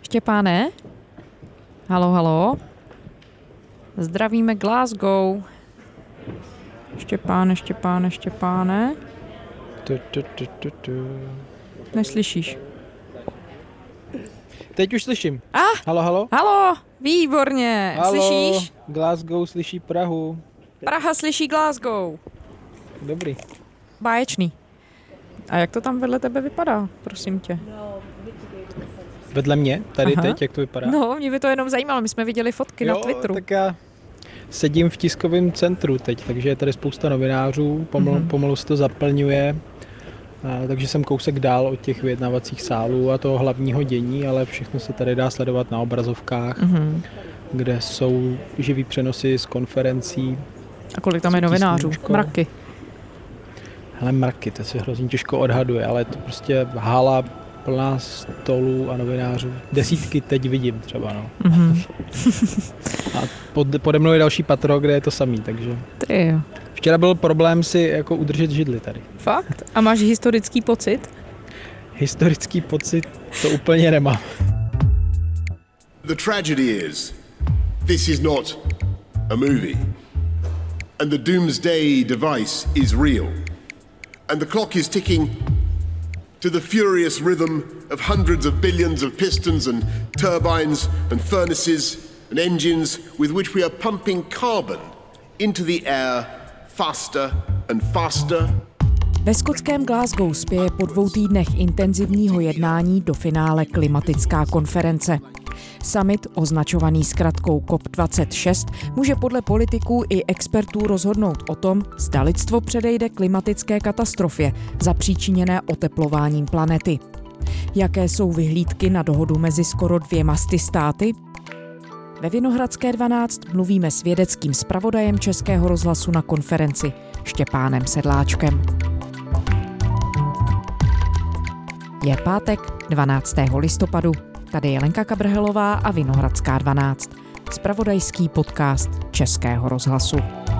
Štěpáne? Halo, halo? Zdravíme Glasgow. Štěpáne. Neslyšíš? Teď už slyším. Halo? Halo, výborně. Halo, slyšíš? Glasgow slyší Prahu. Praha slyší Glasgow. Dobrý. Báječný. A jak to tam vedle tebe vypadá, prosím tě? Vedle mě? Tady Aha. teď, jak to vypadá? No, mě by to jenom zajímalo, my jsme viděli fotky na Twitteru. Tak já sedím v tiskovém centru teď, takže je tady spousta novinářů, pomalu se to zaplňuje, takže jsem kousek dál od těch vyjednávacích sálů a toho hlavního dění, ale všechno se tady dá sledovat na obrazovkách, kde jsou živý přenosy z konferencí. A kolik tam je novinářů? Mraky. Hele, mraky, to se hrozně těžko odhaduje, ale je to prostě hala plná stolů a novinářů. Desítky teď vidím třeba, no. A pode mnou je další patro, kde je to samý, takže... Ty jo. Včera byl problém si jako udržet židli tady. Fakt? A máš historický pocit? Historický pocit to úplně nemám. The tragedy is, this is not a movie. And the doomsday device is real. And the clock is ticking to the furious rhythm of hundreds of billions of pistons and turbines and furnaces and engines with which we are pumping carbon into the air faster and faster. Ve skotském Glasgow spěje po 2 týdnech intenzivního jednání do finále klimatická konference. Summit, označovaný zkratkou COP26, může podle politiků i expertů rozhodnout o tom, zda lidstvo předejde klimatické katastrofě zapříčiněné oteplováním planety. Jaké jsou vyhlídky na dohodu mezi skoro 200 státy? Ve Vinohradské 12 mluvíme s vědeckým zpravodajem Českého rozhlasu na konferenci Štěpánem Sedláčkem. Je pátek 12. listopadu. Tady je Lenka Kabrhelová a Vinohradská 12. Zpravodajský podcast Českého rozhlasu.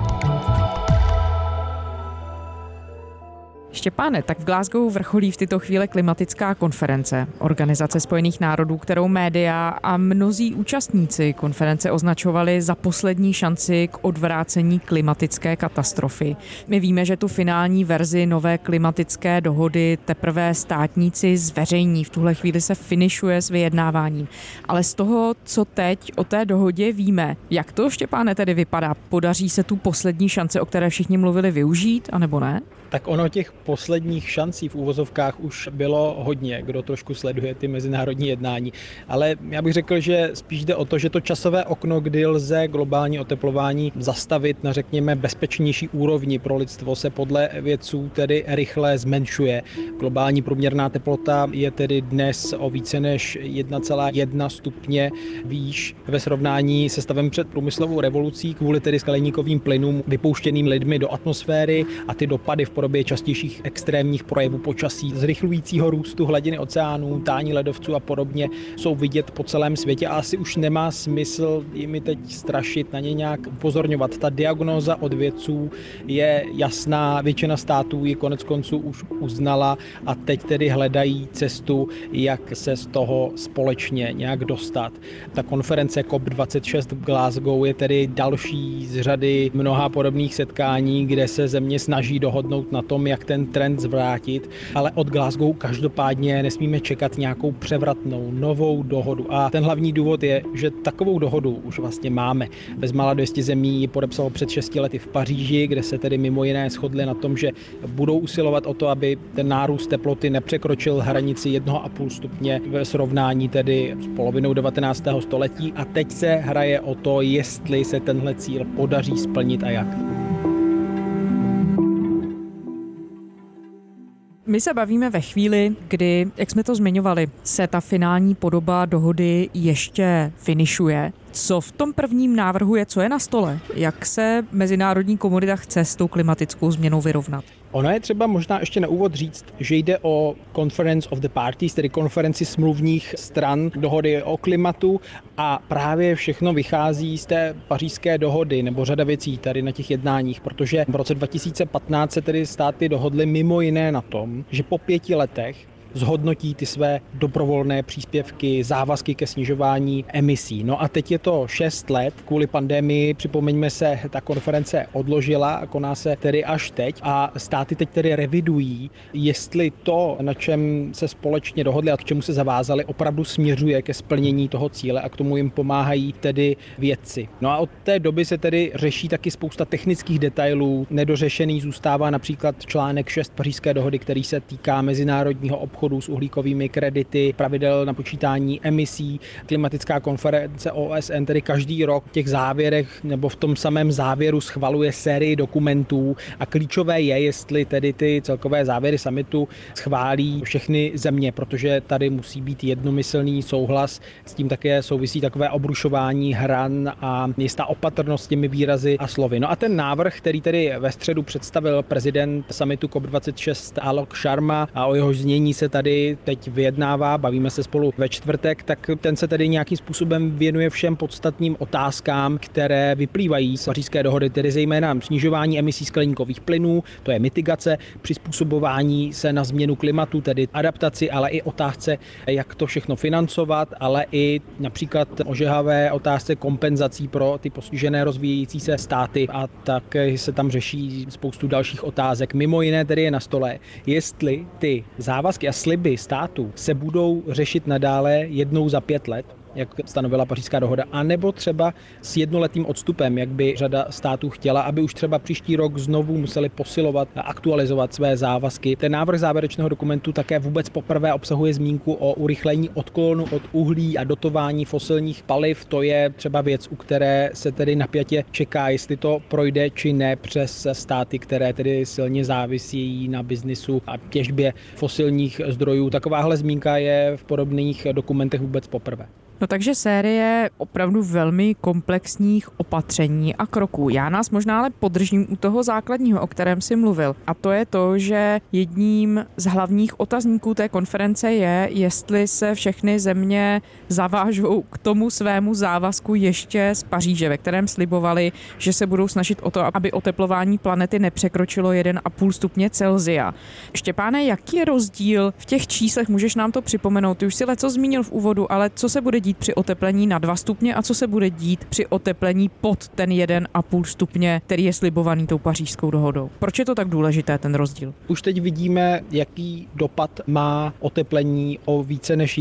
Štěpáne, tak v Glasgow vrcholí v tyto chvíle klimatická konference Organizace spojených národů, kterou média a mnozí účastníci konference označovali za poslední šanci k odvrácení klimatické katastrofy. My víme, že tu finální verzi nové klimatické dohody teprve státníci zveřejní. V tuhle chvíli se finišuje s vyjednáváním. Ale z toho, co teď o té dohodě víme, jak to, Štěpáne, tedy vypadá? Podaří se tu poslední šance, o které všichni mluvili, využít, anebo ne? Tak ono těch posledních šancí v úvozovkách už bylo hodně, kdo trošku sleduje ty mezinárodní jednání. Ale já bych řekl, že spíš jde o to, že to časové okno, kdy lze globální oteplování zastavit na, řekněme, bezpečnější úrovni pro lidstvo, se podle vědců tedy rychle zmenšuje. Globální průměrná teplota je tedy dnes o více než 1,1 stupně výš ve srovnání se stavem před průmyslovou revolucí kvůli tedy skleníkovým plynům vypouštěným lidmi do atmosféry a ty dopady v podobě častějších extrémních projevů počasí, zrychlujícího růstu hladiny oceánů, tání ledovců a podobně jsou vidět po celém světě a asi už nemá smysl jimi teď strašit, na ně nějak upozorňovat. Ta diagnóza od vědců je jasná, většina států ji konec konců už uznala a teď tedy hledají cestu, jak se z toho společně nějak dostat. Ta konference COP26 v Glasgow je tedy další z řady mnoha podobných setkání, kde se země snaží dohodnout na tom, jak ten trend zvrátit, ale od Glasgow každopádně nesmíme čekat nějakou převratnou novou dohodu. A ten hlavní důvod je, že takovou dohodu už vlastně máme. Bezmála 200 zemí ji podepsalo před 6 lety v Paříži, kde se tedy mimo jiné shodli na tom, že budou usilovat o to, aby ten nárůst teploty nepřekročil hranici 1,5 stupně ve srovnání tedy s polovinou 19. století. A teď se hraje o to, jestli se tenhle cíl podaří splnit a jak. My se bavíme ve chvíli, kdy, jak jsme to zmiňovali, se ta finální podoba dohody ještě finišuje. Co v tom prvním návrhu je, co je na stole? Jak se mezinárodní komunita chce s tou klimatickou změnou vyrovnat? Ono je třeba možná ještě na úvod říct, že jde o Conference of the Parties, tedy konferenci smluvních stran dohody o klimatu a právě všechno vychází z té pařížské dohody nebo řada věcí tady na těch jednáních, protože v roce 2015 se tedy státy dohodly mimo jiné na tom, že po 5 letech zhodnotí ty své dobrovolné příspěvky, závazky ke snižování emisí. No a teď je to 6 let, kvůli pandemii, připomeňme se, ta konference odložila a koná se tedy až teď a státy teď tedy revidují, jestli to, na čem se společně dohodli a k čemu se zavázali, opravdu směřuje ke splnění toho cíle a k tomu jim pomáhají tedy vědci. No a od té doby se tedy řeší taky spousta technických detailů. Nedořešený zůstává například článek 6 Pařížské dohody, který se týká mezinárodního obchodu s uhlíkovými kredity, pravidel na počítání emisí. Klimatická konference OSN tedy každý rok v těch závěrech nebo v tom samém závěru schvaluje sérii dokumentů a klíčové je, jestli tedy ty celkové závěry summitu schválí všechny země, protože tady musí být jednomyslný souhlas. S tím také souvisí takové obrušování hran a jistá opatrnost s těmi výrazy a slovy. No a ten návrh, který tedy ve středu představil prezident summitu COP26 Alok Sharma a o jehož znění se tady teď vyjednává, bavíme se spolu ve čtvrtek, tak ten se tedy nějakým způsobem věnuje všem podstatným otázkám, které vyplývají z Pařížské dohody, tedy zejména snižování emisí skleníkových plynů, to je mitigace, přizpůsobování se na změnu klimatu, tedy adaptaci, ale i otázce, jak to všechno financovat, ale i například ožehavé otázce kompenzací pro ty postižené rozvíjející se státy a tak se tam řeší spoustu dalších otázek. Mimo jiné tedy je na stole, jestli ty závazky a sliby států se budou řešit nadále jednou za 5 let, jak stanovila Pařížská dohoda, anebo třeba s jednoletým odstupem, jak by řada států chtěla, aby už třeba příští rok znovu museli posilovat a aktualizovat své závazky. Ten návrh závěrečného dokumentu také vůbec poprvé obsahuje zmínku o urychlení odklonu od uhlí a dotování fosilních paliv. To je třeba věc, u které se tedy napjatě čeká, jestli to projde či ne přes státy, které tedy silně závisí na biznisu a těžbě fosilních zdrojů. Takováhle zmínka je v podobných dokumentech vůbec poprvé. No takže série opravdu velmi komplexních opatření a kroků. Já nás možná ale podržím u toho základního, o kterém jsi mluvil. A to je to, že jedním z hlavních otazníků té konference je, jestli se všechny země zavážou k tomu svému závazku ještě z Paříže, ve kterém slibovali, že se budou snažit o to, aby oteplování planety nepřekročilo 1,5 stupně Celsia. Štěpáne, jaký je rozdíl v těch číslech? Můžeš nám to připomenout? Ty už si leco zmínil v úvodu, ale co se bude dít při oteplení na 2 stupně a co se bude dít při oteplení pod ten 1,5 stupně, který je slibovaný tou Pařížskou dohodou? Proč je to tak důležité, ten rozdíl? Už teď vidíme, jaký dopad má oteplení o více než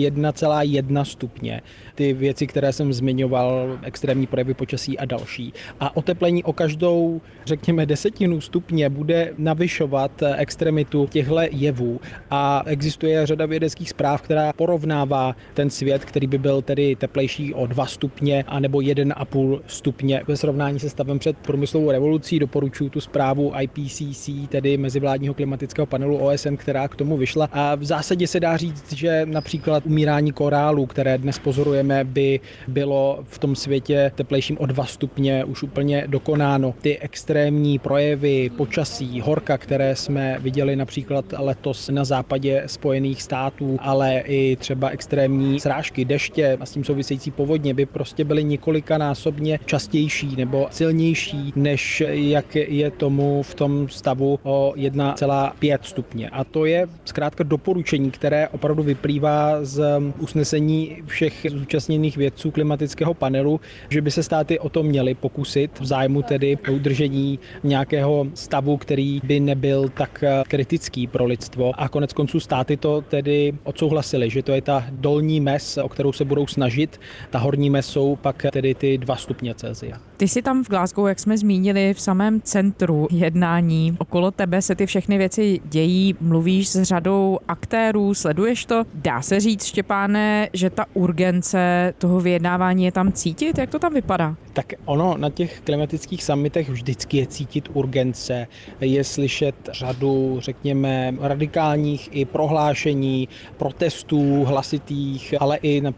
1,1 stupně. Ty věci, které jsem zmiňoval, extrémní projevy počasí a další. A oteplení o každou, řekněme, 10 stupně bude navyšovat extremitu těchto jevů. A existuje řada vědeckých zpráv, která porovnává ten svět, který by byl tedy teplejší o 2 stupně anebo 1,5 stupně. Ve srovnání se stavem před průmyslovou revolucí doporučuji tu zprávu IPCC, tedy Mezivládního klimatického panelu OSN, která k tomu vyšla. A v zásadě se dá říct, že například umírání korálů, které dnes pozorujeme, by bylo v tom světě teplejším o 2 stupně už úplně dokonáno. Ty extrémní projevy počasí, horka, které jsme viděli například letos na západě Spojených států, ale i třeba extrémní srážky, deště a s tím související povodně by prostě byly několikanásobně častější nebo silnější, než jak je tomu v tom stavu o 1,5 stupně. A to je zkrátka doporučení, které opravdu vyplývá z usnesení všech zúčastněných vědců klimatického panelu, že by se státy o to měly pokusit v zájmu tedy udržení nějakého stavu, který by nebyl tak kritický pro lidstvo. A konec konců státy to tedy odsouhlasily, že to je ta dolní mez, o kterou se budou snažit. Ta horní mez jsou pak tedy ty 2 stupně Celsia. Ty jsi tam v Glasgow, jak jsme zmínili, v samém centru jednání. Okolo tebe se ty všechny věci dějí, mluvíš s řadou aktérů, sleduješ to. Dá se říct, Štěpáne, že ta urgence toho vyjednávání je tam cítit? Jak to tam vypadá? Tak ono na těch klimatických summitech vždycky je cítit urgence, je slyšet řadu, řekněme, radikálních i prohlášení, protestů hlasitých, ale i například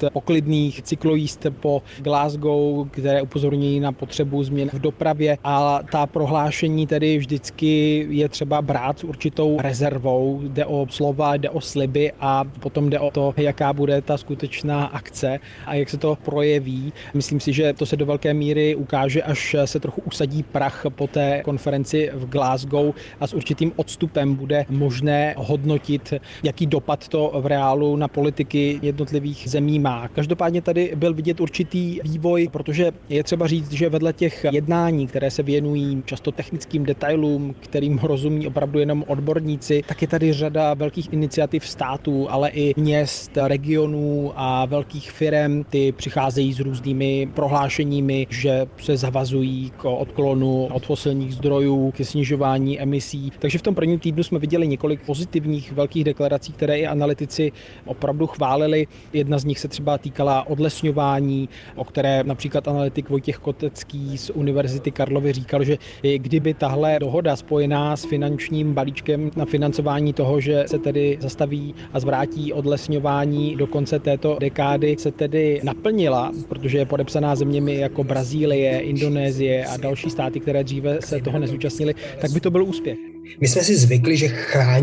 poklidných cyklojízd po Glasgow, které upozorňují na potřebu změn v dopravě, a ta prohlášení tedy vždycky je třeba brát s určitou rezervou. Jde o slova, jde o sliby a potom jde o to, jaká bude ta skutečná akce a jak se to projeví. Myslím si, že to se do velké míry ukáže, až se trochu usadí prach po té konferenci v Glasgow a s určitým odstupem bude možné hodnotit, jaký dopad to v reálu na politiky jednotlivých zemí má. Každopádně tady byl vidět určitý vývoj, protože je třeba říct, že vedle těch jednání, které se věnují často technickým detailům, kterým rozumí opravdu jenom odborníci, tak je tady řada velkých iniciativ států, ale i měst, regionů a velkých firem. Ty přicházejí s různými prohlášeními, že se zavazují k odklonu od fosilních zdrojů, ke snižování emisí. Takže v tom prvním týdnu jsme viděli několik pozitivních velkých deklarací, které i analytici opravdu chválili. Jedna z nich se třeba týkala odlesňování, o které například analytik Vojtěch Kotecký z Univerzity Karlovy říkal, že kdyby tahle dohoda spojená s finančním balíčkem na financování toho, že se tedy zastaví a zvrátí odlesňování do konce této dekády, se tedy naplnila, protože je podepsaná zeměmi jako Brazílie, Indonésie a další státy, které dříve se toho nezúčastnily, tak by to byl úspěch. My jsme si zvykli, že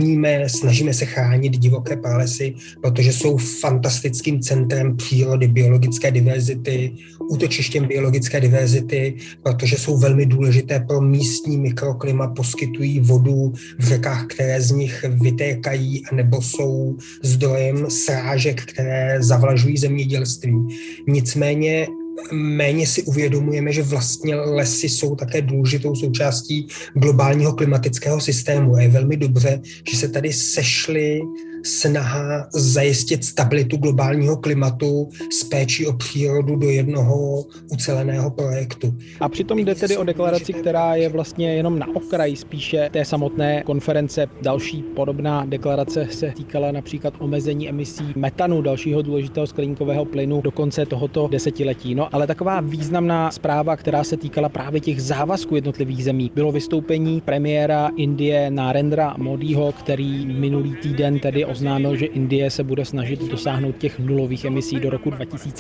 snažíme se chránit divoké pralesy, protože jsou fantastickým centrem přírody, biologické diverzity, útočištěm biologické diverzity, protože jsou velmi důležité pro místní mikroklima, poskytují vodu v řekách, které z nich vytékají, anebo jsou zdrojem srážek, které zavlažují zemědělství. Nicméně méně si uvědomujeme, že vlastně lesy jsou také důležitou součástí globálního klimatického systému. A je velmi dobře, že se tady sešly snaha zajistit stabilitu globálního klimatu s péčí o přírodu do jednoho uceleného projektu. A přitom jde tedy o deklaraci, která je vlastně jenom na okraji spíše té samotné konference. Další podobná deklarace se týkala například omezení emisí metanu, dalšího důležitého skleníkového plynu do konce tohoto desetiletí. No, ale taková významná zpráva, která se týkala právě těch závazků jednotlivých zemí, bylo vystoupení premiéra Indie Narendra Modiho, který minulý týden tedy oznámil, že Indie se bude snažit dosáhnout těch nulových emisí do roku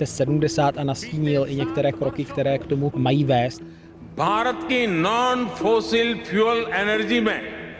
2070 a nastínil i některé kroky, které k tomu mají vést. भारत की non-fossil fuel energy में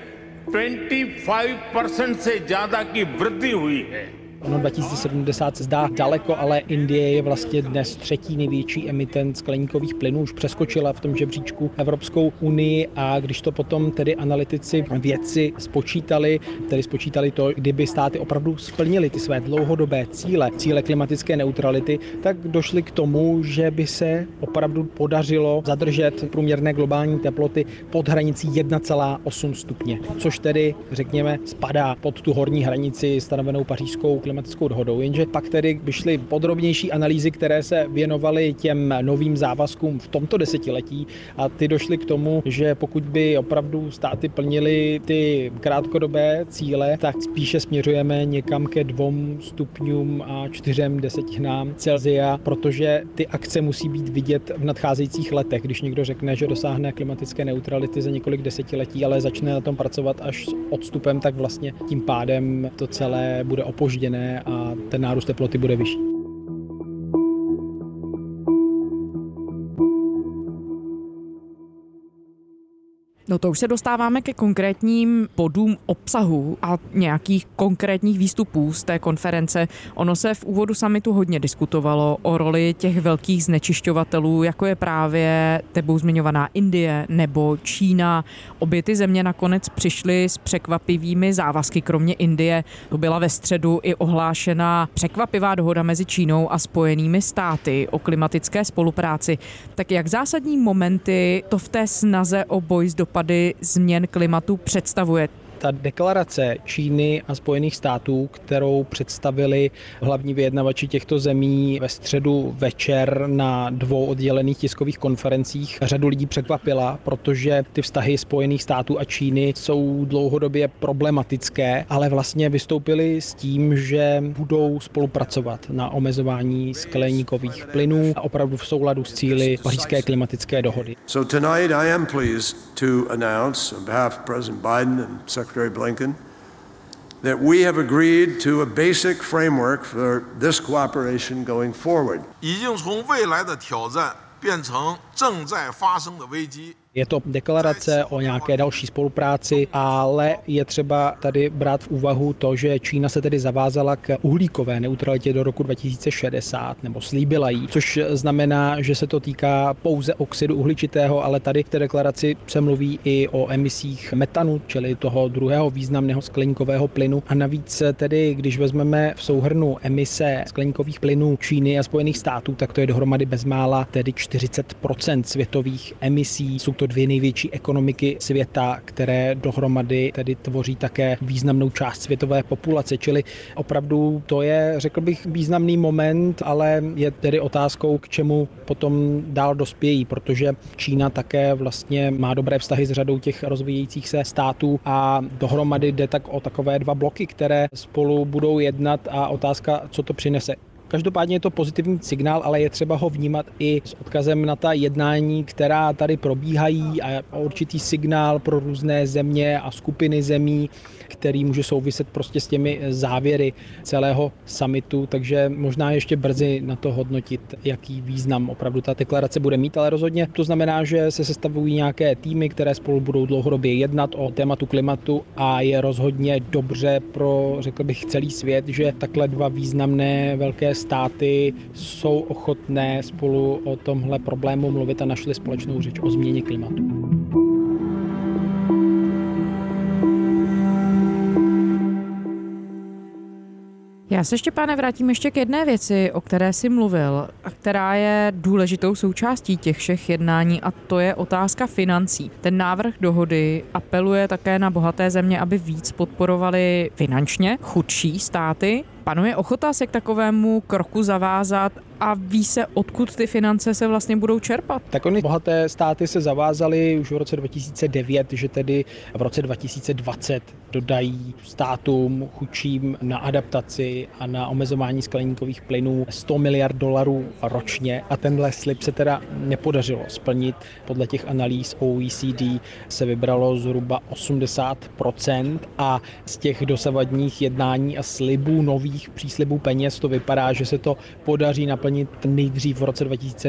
25% से ज्यादा की वृद्धि हुई है. Ono 2070 se zdá daleko, ale Indie je vlastně dnes třetí největší emitent skleníkových plynů, už přeskočila v tom žebříčku Evropskou unii a když to potom tedy analytici, vědci spočítali to, kdyby státy opravdu splnily ty své dlouhodobé cíle klimatické neutrality, tak došli k tomu, že by se opravdu podařilo zadržet průměrné globální teploty pod hranicí 1,8 stupně, což tedy, řekněme, spadá pod tu horní hranici stanovenou Pařížskou klimatickou dohodou, jenže pak tedy vyšly podrobnější analýzy, které se věnovaly těm novým závazkům v tomto desetiletí a ty došly k tomu, že pokud by opravdu státy plnily ty krátkodobé cíle, tak spíše směřujeme někam ke 2 stupňům a 4 desetinám Celsia, protože ty akce musí být vidět v nadcházejících letech. Když někdo řekne, že dosáhne klimatické neutrality za několik desetiletí, ale začne na tom pracovat až s odstupem, tak vlastně tím pádem to celé bude opožděné a ten nárůst teploty bude vyšší. No to už se dostáváme ke konkrétním bodům obsahu a nějakých konkrétních výstupů z té konference. Ono se v úvodu summitu hodně diskutovalo o roli těch velkých znečišťovatelů, jako je právě tebou zmiňovaná Indie nebo Čína. Obě ty země nakonec přišly s překvapivými závazky, kromě Indie. To byla ve středu i ohlášená překvapivá dohoda mezi Čínou a Spojenými státy o klimatické spolupráci. Tak jak zásadní momenty to v té snaze o boj s dopady změn klimatu představuje? Ta deklarace Číny a Spojených států, kterou představili hlavní vyjednavači těchto zemí ve středu večer na 2 oddělených tiskových konferencích, řadu lidí překvapila, protože ty vztahy Spojených států a Číny jsou dlouhodobě problematické, ale vlastně vystoupili s tím, že budou spolupracovat na omezování skleníkových plynů a opravdu v souladu s cíli Pařížské klimatické dohody. So tonight I am pleased to announce on behalf of President Biden and Secretary Blinken that we have agreed to a basic framework for this cooperation going forward. 已经从未来的挑战变成正在发生的危机。 Je to deklarace o nějaké další spolupráci, ale je třeba tady brát v úvahu to, že Čína se tedy zavázala k uhlíkové neutralitě do roku 2060, nebo slíbila jí, což znamená, že se to týká pouze oxidu uhličitého, ale tady v té deklaraci se mluví i o emisích metanu, čili toho druhého významného skleníkového plynu. A navíc tedy, když vezmeme v souhrnu emise skleníkových plynů Číny a Spojených států, tak to je dohromady bezmála tedy 40% světových emisí. Jsou to dvě největší ekonomiky světa, které dohromady tedy tvoří také významnou část světové populace, čili opravdu to je, řekl bych, významný moment, ale je tedy otázkou, k čemu potom dál dospějí, protože Čína také vlastně má dobré vztahy s řadou těch rozvíjejících se států a dohromady jde tak o takové dva bloky, které spolu budou jednat a otázka, co to přinese. Každopádně je to pozitivní signál, ale je třeba ho vnímat i s odkazem na ta jednání, která tady probíhají a určitý signál pro různé země a skupiny zemí, který může souviset prostě s těmi závěry celého summitu, takže možná ještě brzy na to hodnotit, jaký význam opravdu ta deklarace bude mít, ale rozhodně to znamená, že se sestavují nějaké týmy, které spolu budou dlouhodobě jednat o tématu klimatu a je rozhodně dobře pro, řekl bych, celý svět, že takhle dva významné velké státy jsou ochotné spolu o tomhle problému mluvit a našli společnou řeč o změně klimatu. Já se, Štěpáne, vrátím ještě k jedné věci, o které jsi mluvil a která je důležitou součástí těch všech jednání, a to je otázka financí. Ten návrh dohody apeluje také na bohaté země, aby víc podporovali finančně chudší státy. Panuje ochota se k takovému kroku zavázat a ví se, odkud ty finance se vlastně budou čerpat? Tak ony bohaté státy se zavázaly už v roce 2009, že tedy v roce 2020 dodají státům chudším na adaptaci a na omezování skleníkových plynů $100 miliard ročně a tenhle slib se teda nepodařilo splnit. Podle těch analýz OECD se vybralo zhruba 80% a z těch dosavadních jednání a slibů nových příslibů peněz to vypadá, že se to podaří naplnit nejdřív v roce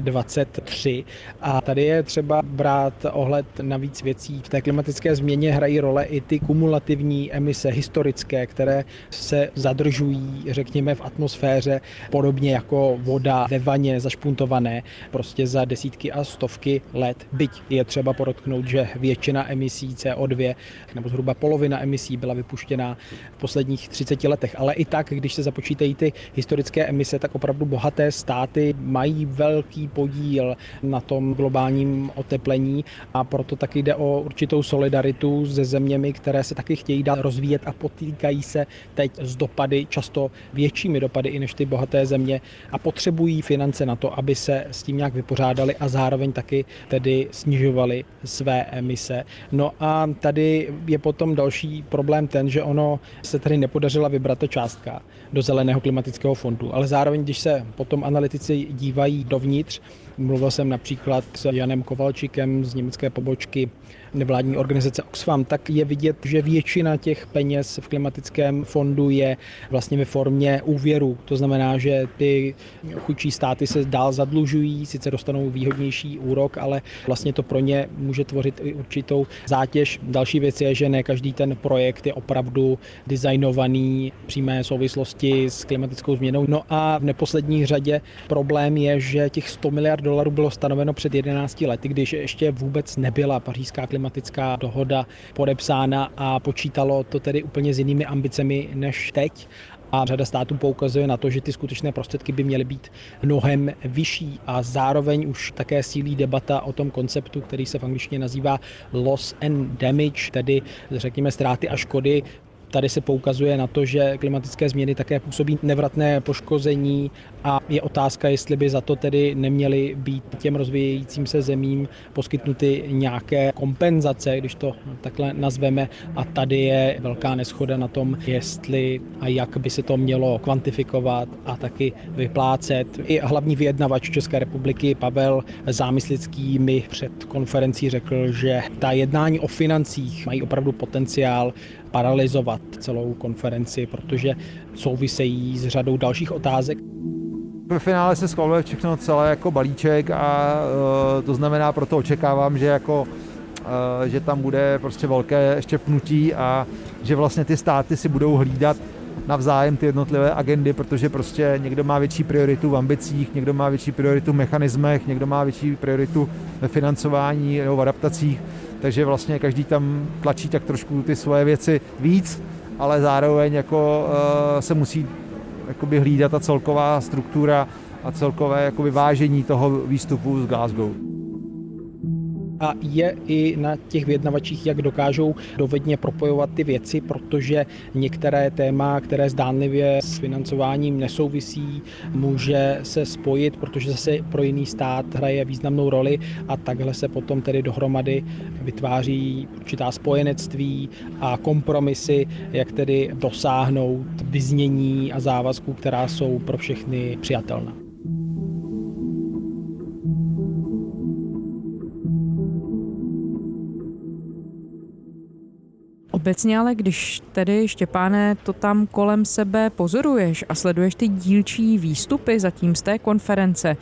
2023. A tady je třeba brát ohled na víc věcí. V té klimatické změně hrají role i ty kumulativní emise historické, které se zadržují, řekněme, v atmosféře, podobně jako voda ve vaně zašpuntované, prostě za desítky a stovky let. Byť je třeba podotknout, že většina emisí CO2, nebo zhruba polovina emisí byla vypuštěna v posledních 30 letech. Ale i tak, když se započítají ty historické emise, tak opravdu bohaté státy mají velký podíl na tom globálním oteplení a proto taky jde o určitou solidaritu se zeměmi, které se taky chtějí dál rozvíjet a potýkají se teď s dopady, často většími dopady i než ty bohaté země a potřebují finance na to, aby se s tím nějak vypořádali a zároveň taky tedy snižovali své emise. No a tady je potom další problém ten, že ono se tady nepodařila vybrat ta částka do Zeleného klimatického fondu, ale zároveň, když se potom analytici dívají dovnitř, mluvil jsem například s Janem Kovalčikem z německé pobočky nevládní organizace Oxfam, tak je vidět, že většina těch peněz v klimatickém fondu je vlastně ve formě úvěru. To znamená, že ty chudší státy se dál zadlužují, sice dostanou výhodnější úrok, ale vlastně to pro ně může tvořit i určitou zátěž. Další věc je, že ne každý ten projekt je opravdu designovaný v přímé souvislosti s klimatickou změnou. No a v neposlední řadě problém je, že těch $100 miliard bylo stanoveno před 11 lety, když ještě vůbec nebyla Pařížská klimatická dohoda podepsána a počítalo to tedy úplně s jinými ambicemi než teď. A řada států poukazuje na to, že ty skutečné prostředky by měly být mnohem vyšší a zároveň už také sílí debata o tom konceptu, který se v angličtině nazývá loss and damage, tedy řekněme ztráty a škody. Tady se poukazuje na to, že klimatické změny také působí nevratné poškození a je otázka, jestli by za to tedy neměly být těm rozvíjejícím se zemím poskytnuty nějaké kompenzace, když to takhle nazveme. A tady je velká neshoda na tom, jestli a jak by se to mělo kvantifikovat a taky vyplácet. I hlavní vyjednavač České republiky Pavel Zámyslický mi před konferencí řekl, že ta jednání o financích mají opravdu potenciál paralyzovat celou konferenci, protože souvisejí s řadou dalších otázek. Ve finále se schvaluje všechno celé jako balíček a to znamená, proto očekávám, že tam bude prostě velké ještě pnutí a že vlastně ty státy si budou hlídat navzájem ty jednotlivé agendy, protože prostě někdo má větší prioritu v ambicích, někdo má větší prioritu v mechanismech, někdo má větší prioritu ve financování nebo v adaptacích, takže vlastně každý tam tlačí tak trošku ty svoje věci víc, ale zároveň jako se musí jakoby hlídat ta celková struktura a celkové jakoby vážení toho výstupu z Glasgow. A je i na těch vyjednavačích, jak dokážou dovedně propojovat ty věci, protože některé téma, které zdánlivě s financováním nesouvisí, může se spojit, protože zase pro jiný stát hraje významnou roli a takhle se potom tedy dohromady vytváří určitá spojenectví a kompromisy, jak tedy dosáhnout vyznění a závazků, která jsou pro všechny přijatelná. Obecně ale, když tedy, Štěpáne, to tam kolem sebe pozoruješ a sleduješ ty dílčí výstupy zatím z té konference,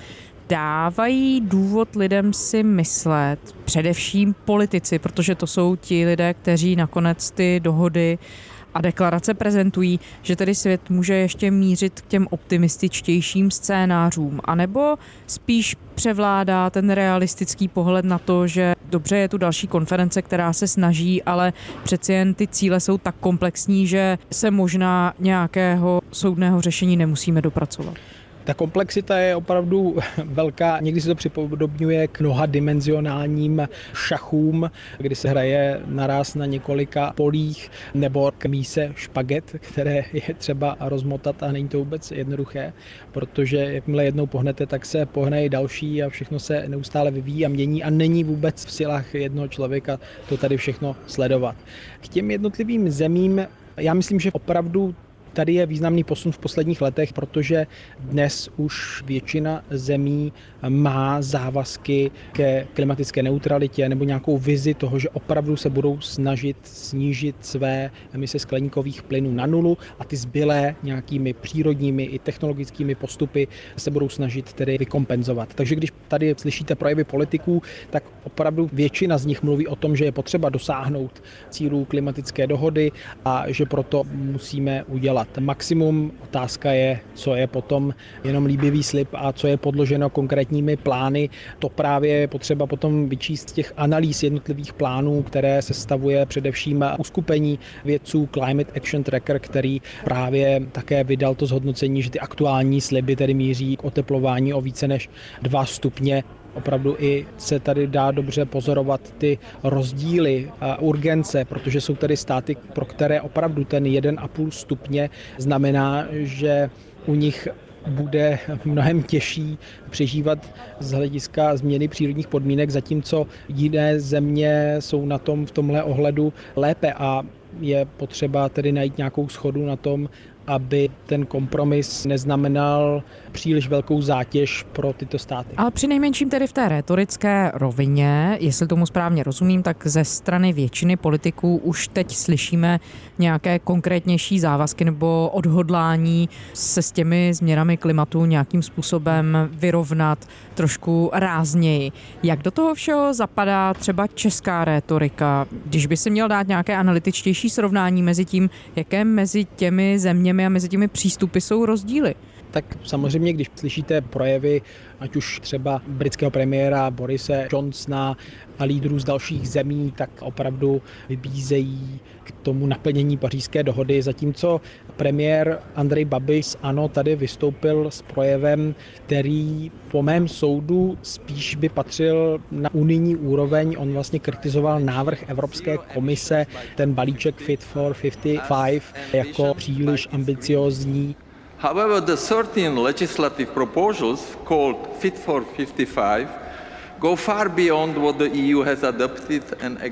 dávají důvod lidem si myslet, především politici, protože to jsou ti lidé, kteří nakonec ty dohody a deklarace prezentují, že tedy svět může ještě mířit k těm optimističtějším scénářům, anebo spíš převládá ten realistický pohled na to, že dobře, je tu další konference, která se snaží, ale přeci jen ty cíle jsou tak komplexní, že se možná nějakého soudného řešení nemusíme dopracovat. Ta komplexita je opravdu velká, někdy se to připodobňuje k mnohadimenzionálním šachům, kdy se hraje naraz na několika polích, nebo k míse špaget, které je třeba rozmotat a není to vůbec jednoduché, protože jakmile jednou pohnete, tak se pohne i další a všechno se neustále vyvíjí a mění a není vůbec v silách jednoho člověka to tady všechno sledovat. K těm jednotlivým zemím, já myslím, že opravdu tady je významný posun v posledních letech, protože dnes už většina zemí má závazky ke klimatické neutralitě nebo nějakou vizi toho, že opravdu se budou snažit snížit své emise skleníkových plynů na nulu a ty zbylé nějakými přírodními i technologickými postupy se budou snažit tedy vykompenzovat. Takže když tady slyšíte projevy politiků, tak opravdu většina z nich mluví o tom, že je potřeba dosáhnout cílů klimatické dohody a že proto musíme udělat maximum. Otázka je, co je potom jenom líbivý slib a co je podloženo konkrétními plány. To právě je potřeba potom vyčíst z těch analýz jednotlivých plánů, které sestavuje především uskupení vědců Climate Action Tracker, který právě také vydal to zhodnocení, že ty aktuální sliby tedy míří k oteplování o více než 2 stupně. Opravdu i se tady dá dobře pozorovat ty rozdíly a urgence, protože jsou tady státy, pro které opravdu ten 1,5 stupně znamená, že u nich bude mnohem těžší přežívat z hlediska změny přírodních podmínek, zatímco jiné země jsou na tom v tomhle ohledu lépe a je potřeba tedy najít nějakou shodu na tom, aby ten kompromis neznamenal příliš velkou zátěž pro tyto státy. Ale přinejmenším tedy v té rétorické rovině, jestli tomu správně rozumím, tak ze strany většiny politiků už teď slyšíme nějaké konkrétnější závazky nebo odhodlání se s těmi změnami klimatu nějakým způsobem vyrovnat trošku rázněji. Jak do toho všeho zapadá třeba česká rétorika? Když by si měl dát nějaké analytičtější srovnání mezi tím, jaké mezi těmi zeměmi a mezi těmi přístupy jsou rozdíly? Tak samozřejmě, když slyšíte projevy, ať už třeba britského premiéra Borise Johnsona a lídrů z dalších zemí, tak opravdu vybízejí k tomu naplnění Pařížské dohody, zatímco premiér Andrej Babiš ANO tady vystoupil s projevem, který po mém soudu spíš by patřil na unijní úroveň. On vlastně kritizoval návrh Evropské komise, ten balíček Fit for 55, jako příliš ambiciózní. However, the 13 legislative proposals called Fit for 55 go far beyond what the EU has adopted and agreed.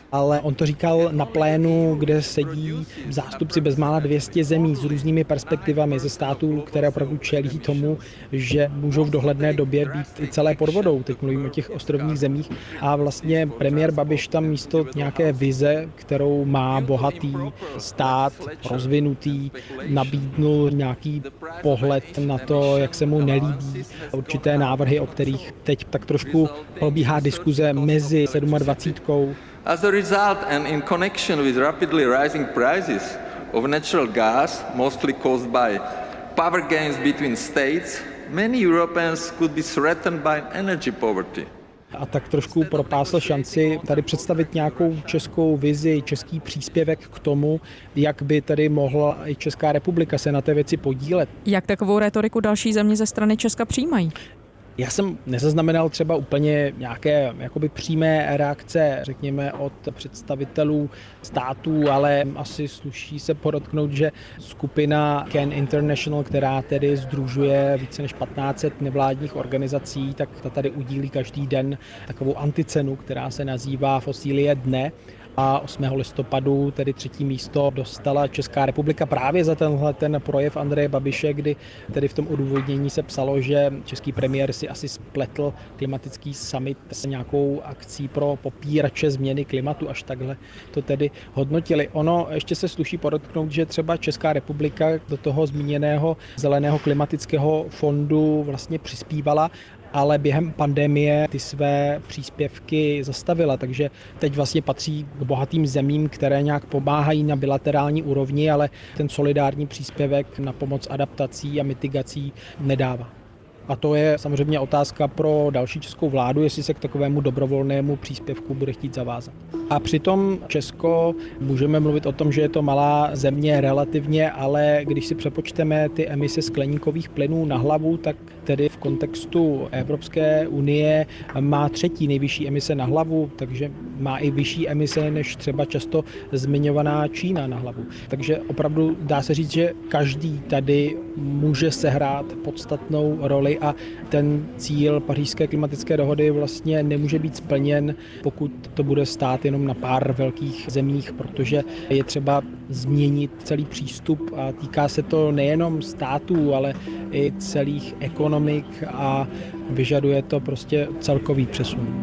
ale on to říkal na plénu, kde sedí zástupci bezmála 200 zemí s různými perspektivami ze států, které opravdu čelí tomu, že můžou v dohledné době být i celé pod vodou. Teď mluvím o těch ostrovních zemích a vlastně premiér Babiš tam místo nějaké vize, kterou má bohatý stát, rozvinutý, nabídnul nějaký pohled na to, jak se mu nelíbí určité návrhy, o kterých teď tak trošku probíhá diskuze mezi 27. As a result and in connection with rapidly rising prices of natural gas, mostly caused by power gains between states, many Europeans could be threatened by energy poverty. A tak trošku propásl šanci tady představit nějakou českou vizi, český příspěvek k tomu, jak by tady mohla i Česká republika se na té věci podílet. Jak takovou rétoriku další země ze strany Česka přijímají? Já jsem nezaznamenal třeba úplně nějaké jakoby přímé reakce, řekněme, od představitelů států, ale asi sluší se podotknout, že skupina CAN International, která tedy sdružuje více než 1500 nevládních organizací, tak ta tady udílí každý den takovou anticenu, která se nazývá Fosílie dne. A 8. listopadu, tedy 3. místo, dostala Česká republika právě za ten projev Andreje Babiše, kdy tedy v tom odůvodnění se psalo, že český premiér si asi spletl klimatický summit s nějakou akcí pro popírače změny klimatu, až takhle to tedy hodnotili. Ono ještě se sluší podotknout, že třeba Česká republika do toho zmíněného zeleného klimatického fondu vlastně přispívala, ale během pandemie ty své příspěvky zastavila, takže teď vlastně patří k bohatým zemím, které nějak pomáhají na bilaterální úrovni, ale ten solidární příspěvek na pomoc adaptací a mitigací nedává. A to je samozřejmě otázka pro další českou vládu, jestli se k takovému dobrovolnému příspěvku bude chtít zavázat. A přitom Česko, můžeme mluvit o tom, že je to malá země relativně, ale když si přepočteme ty emise skleníkových plynů na hlavu, tak tedy v kontextu Evropské unie má 3. nejvyšší emise na hlavu, takže má i vyšší emise než třeba často zmiňovaná Čína na hlavu. Takže opravdu dá se říct, že každý tady může sehrát podstatnou roli a ten cíl Pařížské klimatické dohody vlastně nemůže být splněn, pokud to bude stát jenom na pár velkých zemích, protože je třeba změnit celý přístup a týká se to nejenom států, ale i celých ekonomik a vyžaduje to prostě celkový přesun.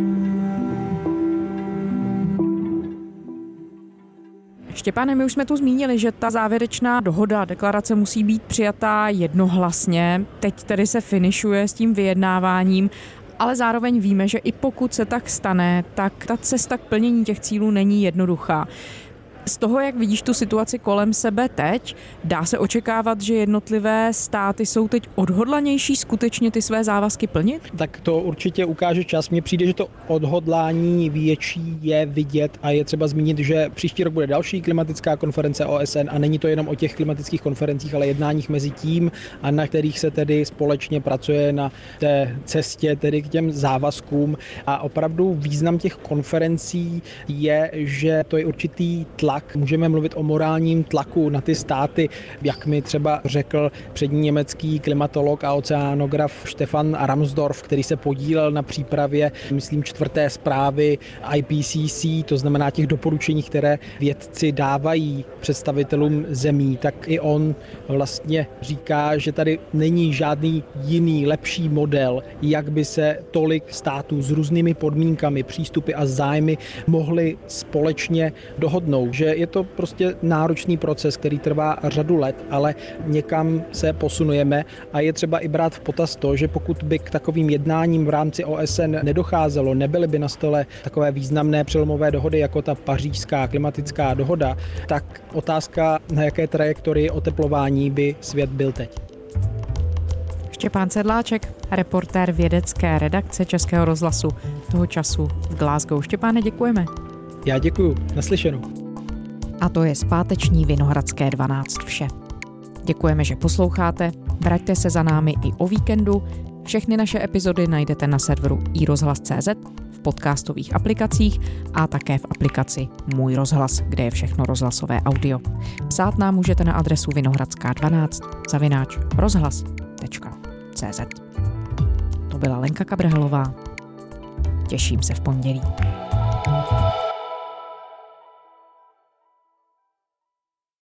Štěpáne, my už jsme tu zmínili, že ta závěrečná dohoda, deklarace musí být přijatá jednohlasně. Teď tedy se finišuje s tím vyjednáváním, ale zároveň víme, že i pokud se tak stane, tak ta cesta k plnění těch cílů není jednoduchá. Z toho, jak vidíš tu situaci kolem sebe teď, dá se očekávat, že jednotlivé státy jsou teď odhodlanější skutečně ty své závazky plnit? Tak to určitě ukáže čas. Mně přijde, že to odhodlání větší je vidět a je třeba zmínit, že příští rok bude další klimatická konference OSN a není to jenom o těch klimatických konferencích, ale jednáních mezi tím, a na kterých se tedy společně pracuje na té cestě tedy k těm závazkům. A opravdu význam těch konferencí je, že to je určitý tlak. Můžeme mluvit o morálním tlaku na ty státy, jak mi třeba řekl přední německý klimatolog a oceánograf Stefan Ramsdorf, který se podílel na přípravě, myslím, 4. zprávy IPCC, to znamená těch doporučení, které vědci dávají představitelům zemí, tak i on vlastně říká, že tady není žádný jiný, lepší model, jak by se tolik států s různými podmínkami, přístupy a zájmy mohly společně dohodnout. Že je to prostě náročný proces, který trvá řadu let, ale někam se posunujeme a je třeba i brát v potaz to, že pokud by k takovým jednáním v rámci OSN nedocházelo, nebyly by na stole takové významné přelomové dohody jako ta Pařížská klimatická dohoda, tak otázka, na jaké trajektorii oteplování by svět byl teď. Štěpán Sedláček, reportér vědecké redakce Českého rozhlasu, toho času v Glasgow. Štěpáne, děkujeme. Já děkuju. Naslyšenou. A to je z páteční Vinohradské 12 vše. Děkujeme, že posloucháte, vraťte se za námi i o víkendu. Všechny naše epizody najdete na serveru iRozhlas.cz, v podcastových aplikacích a také v aplikaci Můj rozhlas, kde je všechno rozhlasové audio. Psát nám můžete na adresu vinohradská12@rozhlas.cz. To byla Lenka Kabrhelová. Těším se v pondělí.